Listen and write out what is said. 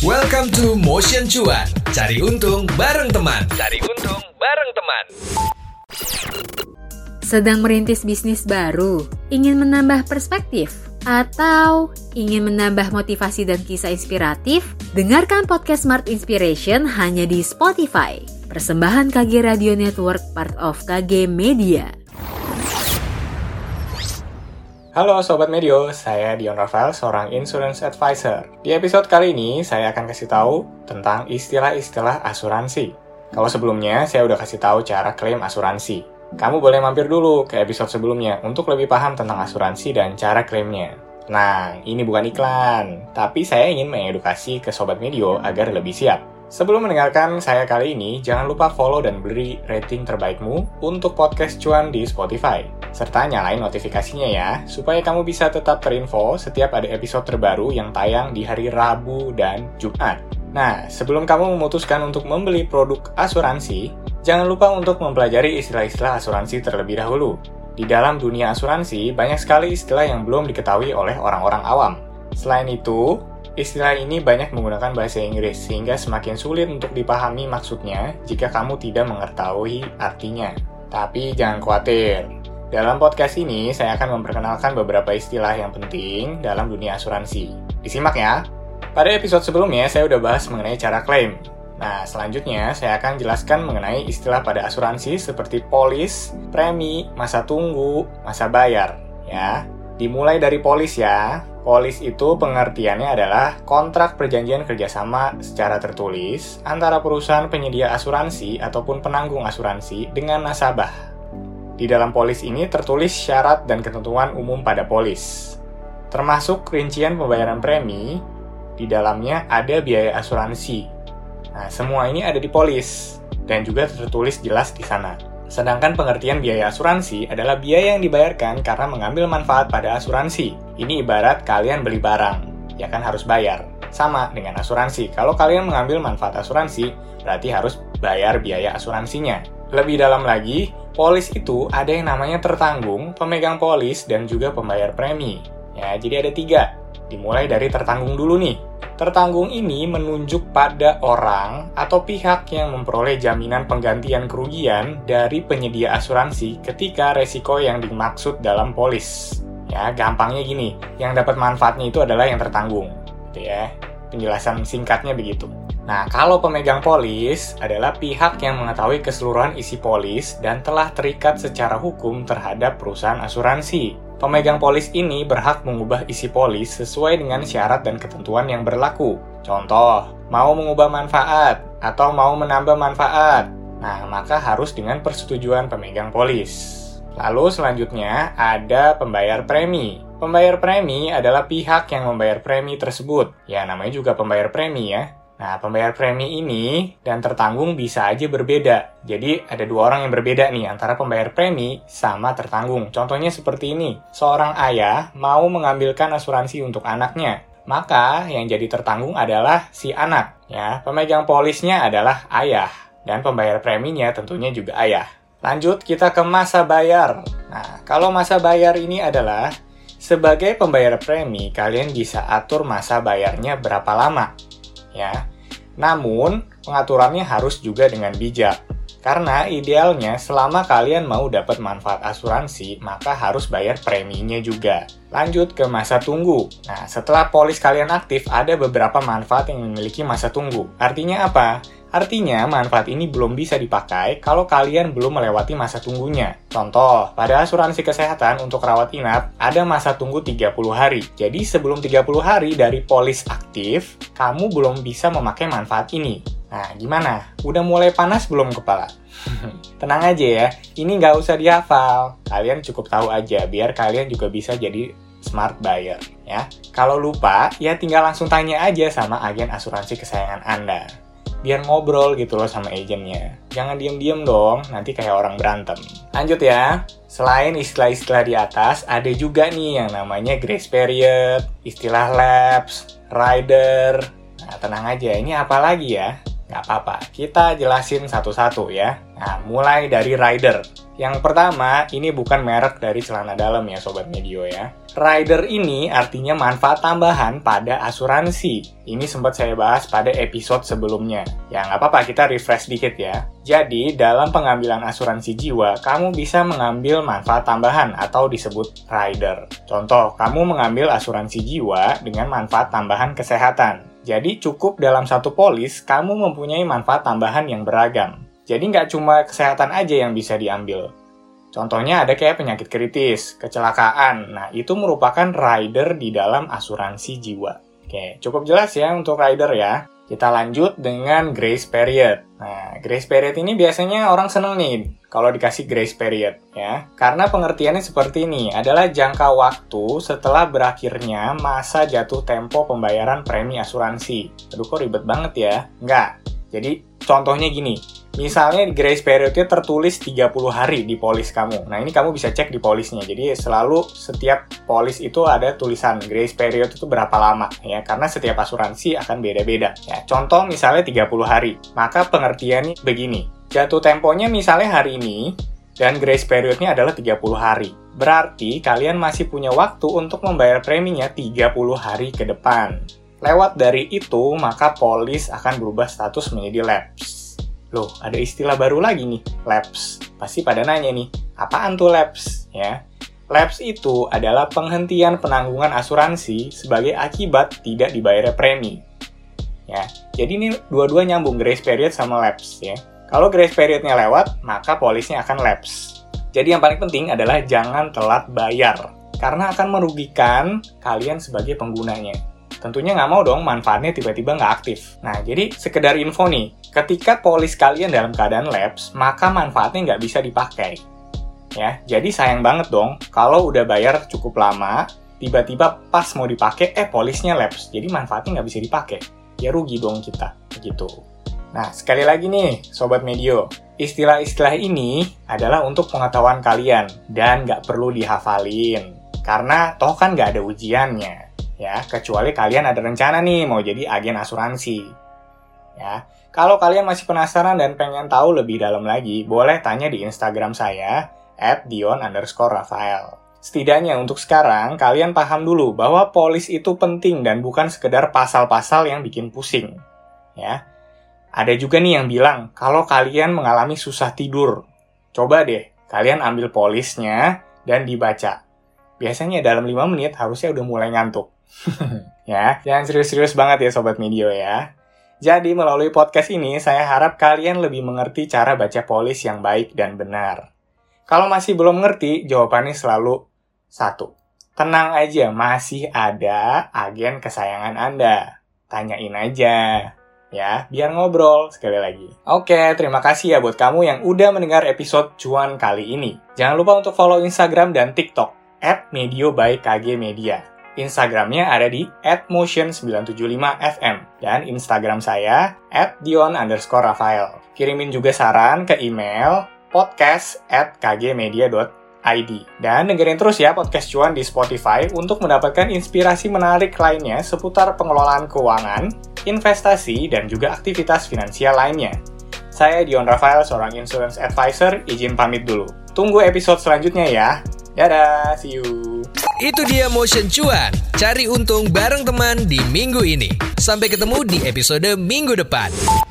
Welcome to Motion Cuan. Cari untung bareng teman. Sedang merintis bisnis baru, ingin menambah perspektif, atau ingin menambah motivasi dan kisah inspiratif? Dengarkan podcast Smart Inspiration hanya di Spotify. Persembahan KG Radio Network, part of KG Media. Halo Sobat Medio, saya Dion Rafael, seorang insurance advisor. Di episode kali ini, saya akan kasih tahu tentang istilah-istilah asuransi. Kalau sebelumnya, saya udah kasih tahu cara klaim asuransi. Kamu boleh mampir dulu ke episode sebelumnya untuk lebih paham tentang asuransi dan cara klaimnya. Nah, ini bukan iklan, tapi saya ingin mengedukasi ke Sobat Medio agar lebih siap. Sebelum mendengarkan saya kali ini, jangan lupa follow dan beri rating terbaikmu untuk podcast Cuan di Spotify. Serta nyalain notifikasinya ya, supaya kamu bisa tetap terinfo setiap ada episode terbaru yang tayang di hari Rabu dan Jumat. Nah, sebelum kamu memutuskan untuk membeli produk asuransi, jangan lupa untuk mempelajari istilah-istilah asuransi terlebih dahulu. Di dalam dunia asuransi, banyak sekali istilah yang belum diketahui oleh orang-orang awam. Selain itu, istilah ini banyak menggunakan bahasa Inggris, sehingga semakin sulit untuk dipahami maksudnya jika kamu tidak mengetahui artinya. Tapi jangan khawatir. Dalam podcast ini, saya akan memperkenalkan beberapa istilah yang penting dalam dunia asuransi. Disimak ya! Pada episode sebelumnya, saya udah bahas mengenai cara klaim. Nah, selanjutnya saya akan jelaskan mengenai istilah pada asuransi seperti polis, premi, masa tunggu, masa bayar. Ya, dimulai dari polis ya. Polis itu pengertiannya adalah kontrak perjanjian kerjasama secara tertulis antara perusahaan penyedia asuransi ataupun penanggung asuransi dengan nasabah. Di dalam polis ini tertulis syarat dan ketentuan umum pada polis, termasuk rincian pembayaran premi. Di dalamnya ada biaya asuransi. Nah, semua ini ada di polis dan juga tertulis jelas di sana. Sedangkan pengertian biaya asuransi adalah biaya yang dibayarkan karena mengambil manfaat pada asuransi. Ini ibarat kalian beli barang, ya kan harus bayar. Sama dengan asuransi, kalau kalian mengambil manfaat asuransi, berarti harus bayar biaya asuransinya. Lebih dalam lagi, polis itu ada yang namanya tertanggung, pemegang polis, dan juga pembayar premi. Ya, jadi ada 3. Dimulai dari tertanggung dulu nih. Tertanggung ini menunjuk pada orang atau pihak yang memperoleh jaminan penggantian kerugian dari penyedia asuransi ketika resiko yang dimaksud dalam polis. Ya, gampangnya gini, yang dapat manfaatnya itu adalah yang tertanggung. Gitu ya. Penjelasan singkatnya begitu. Nah, kalau pemegang polis adalah pihak yang mengetahui keseluruhan isi polis dan telah terikat secara hukum terhadap perusahaan asuransi. Pemegang polis ini berhak mengubah isi polis sesuai dengan syarat dan ketentuan yang berlaku. Contoh, mau mengubah manfaat atau mau menambah manfaat. Nah, maka harus dengan persetujuan pemegang polis. Lalu selanjutnya ada pembayar premi. Pembayar premi adalah pihak yang membayar premi tersebut. Ya, namanya juga pembayar premi ya. Nah, pembayar premi ini dan tertanggung bisa aja berbeda. Jadi, ada 2 orang yang berbeda nih antara pembayar premi sama tertanggung. Contohnya seperti ini. Seorang ayah mau mengambilkan asuransi untuk anaknya. Maka, yang jadi tertanggung adalah si anak. Ya, pemegang polisnya adalah ayah. Dan pembayar preminya tentunya juga ayah. Lanjut, kita ke masa bayar. Nah, kalau masa bayar ini adalah sebagai pembayar premi, kalian bisa atur masa bayarnya berapa lama. Ya. Namun, pengaturannya harus juga dengan bijak. Karena idealnya selama kalian mau dapat manfaat asuransi, maka harus bayar preminya juga. Lanjut ke masa tunggu. Nah, setelah polis kalian aktif, ada beberapa manfaat yang memiliki masa tunggu. Artinya apa? Artinya, manfaat ini belum bisa dipakai kalau kalian belum melewati masa tunggunya. Contoh, pada asuransi kesehatan untuk rawat inap, ada masa tunggu 30 hari. Jadi, sebelum 30 hari dari polis aktif, kamu belum bisa memakai manfaat ini. Nah, gimana? Udah mulai panas belum kepala? Tenang aja ya, ini nggak usah dihafal. Kalian cukup tahu aja, biar kalian juga bisa jadi smart buyer. Ya. Kalau lupa, ya tinggal langsung tanya aja sama agen asuransi kesayangan Anda. Biar ngobrol gitu loh sama agennya. Jangan diem-diem dong, nanti kayak orang berantem. Lanjut ya. Selain istilah-istilah di atas, ada juga nih yang namanya grace period, istilah lapse, rider. Nah, tenang aja, ini apa lagi ya? Nggak apa-apa, kita jelasin satu-satu ya. Nah, mulai dari rider. Yang pertama, ini bukan merek dari celana dalam ya Sobat Medio ya. Rider ini artinya manfaat tambahan pada asuransi. Ini sempat saya bahas pada episode sebelumnya. Ya nggak apa-apa, kita refresh dikit ya. Jadi, dalam pengambilan asuransi jiwa, kamu bisa mengambil manfaat tambahan atau disebut rider. Contoh, kamu mengambil asuransi jiwa dengan manfaat tambahan kesehatan. Jadi, cukup dalam satu polis, kamu mempunyai manfaat tambahan yang beragam. Jadi, nggak cuma kesehatan aja yang bisa diambil. Contohnya ada kayak penyakit kritis, kecelakaan. Nah, itu merupakan rider di dalam asuransi jiwa. Oke, cukup jelas ya untuk rider ya. Kita lanjut dengan grace period. Nah, grace period ini biasanya orang seneng nih kalau dikasih grace period ya. Karena pengertiannya seperti ini, adalah jangka waktu setelah berakhirnya masa jatuh tempo pembayaran premi asuransi. Aduh, kok ribet banget ya? Enggak. Jadi, contohnya gini. Misalnya grace periodnya tertulis 30 hari di polis kamu. Nah, ini kamu bisa cek di polisnya. Jadi, selalu setiap polis itu ada tulisan grace period itu berapa lama ya. Karena setiap asuransi akan beda-beda. Ya, contoh misalnya 30 hari. Maka pengertiannya begini. Jatuh temponya misalnya hari ini dan grace periodnya adalah 30 hari. Berarti kalian masih punya waktu untuk membayar preminya 30 hari ke depan. Lewat dari itu, maka polis akan berubah status menjadi lapse. Loh, ada istilah baru lagi nih, lapse. Pasti pada nanya nih, apaan tuh lapse? Ya, lapse itu adalah penghentian penanggungan asuransi sebagai akibat tidak dibayarnya premi. Ya, jadi ini dua-dua nyambung grace period sama lapse ya. Kalau grace periodnya lewat, maka polisnya akan lapse. Jadi yang paling penting adalah jangan telat bayar, karena akan merugikan kalian sebagai penggunanya. Tentunya nggak mau dong manfaatnya tiba-tiba nggak aktif. Nah, jadi sekedar info nih, ketika polis kalian dalam keadaan lapse, maka manfaatnya nggak bisa dipakai. Ya, jadi sayang banget dong kalau udah bayar cukup lama, tiba-tiba pas mau dipakai, polisnya lapse, jadi manfaatnya nggak bisa dipakai. Ya rugi dong kita, begitu. Nah, sekali lagi nih, Sobat Medio, istilah-istilah ini adalah untuk pengetahuan kalian, dan nggak perlu dihafalin. Karena toh kan nggak ada ujiannya. Ya, kecuali kalian ada rencana nih mau jadi agen asuransi. Ya, kalau kalian masih penasaran dan pengen tahu lebih dalam lagi, boleh tanya di Instagram saya @dion_rafael. Setidaknya untuk sekarang, kalian paham dulu bahwa polis itu penting dan bukan sekedar pasal-pasal yang bikin pusing. Ya, ada juga nih yang bilang kalau kalian mengalami susah tidur, coba deh kalian ambil polisnya dan dibaca. Biasanya dalam 5 menit harusnya udah mulai ngantuk. Ya, jangan serius-serius banget ya Sobat Medio ya. Jadi melalui podcast ini saya harap kalian lebih mengerti cara baca polis yang baik dan benar. Kalau masih belum mengerti, jawabannya selalu 1. Tenang aja, masih ada agen kesayangan Anda. Tanyain aja. Ya, biar ngobrol sekali lagi. Oke, terima kasih ya buat kamu yang udah mendengar episode cuan kali ini. Jangan lupa untuk follow Instagram dan TikTok @medio_by_kg_media. Instagramnya ada di @motion975fm dan Instagram saya @dion_rafael. Kirimin juga saran ke email podcast@kgmedia.id. Dan dengerin terus ya podcast cuan di Spotify untuk mendapatkan inspirasi menarik lainnya seputar pengelolaan keuangan, investasi, dan juga aktivitas finansial lainnya. Saya Dion Rafael, seorang insurance advisor, izin pamit dulu. Tunggu episode selanjutnya ya. Dadah, see you. Itu dia Motion Cuan. Cari untung bareng teman di minggu ini. Sampai ketemu di episode minggu depan.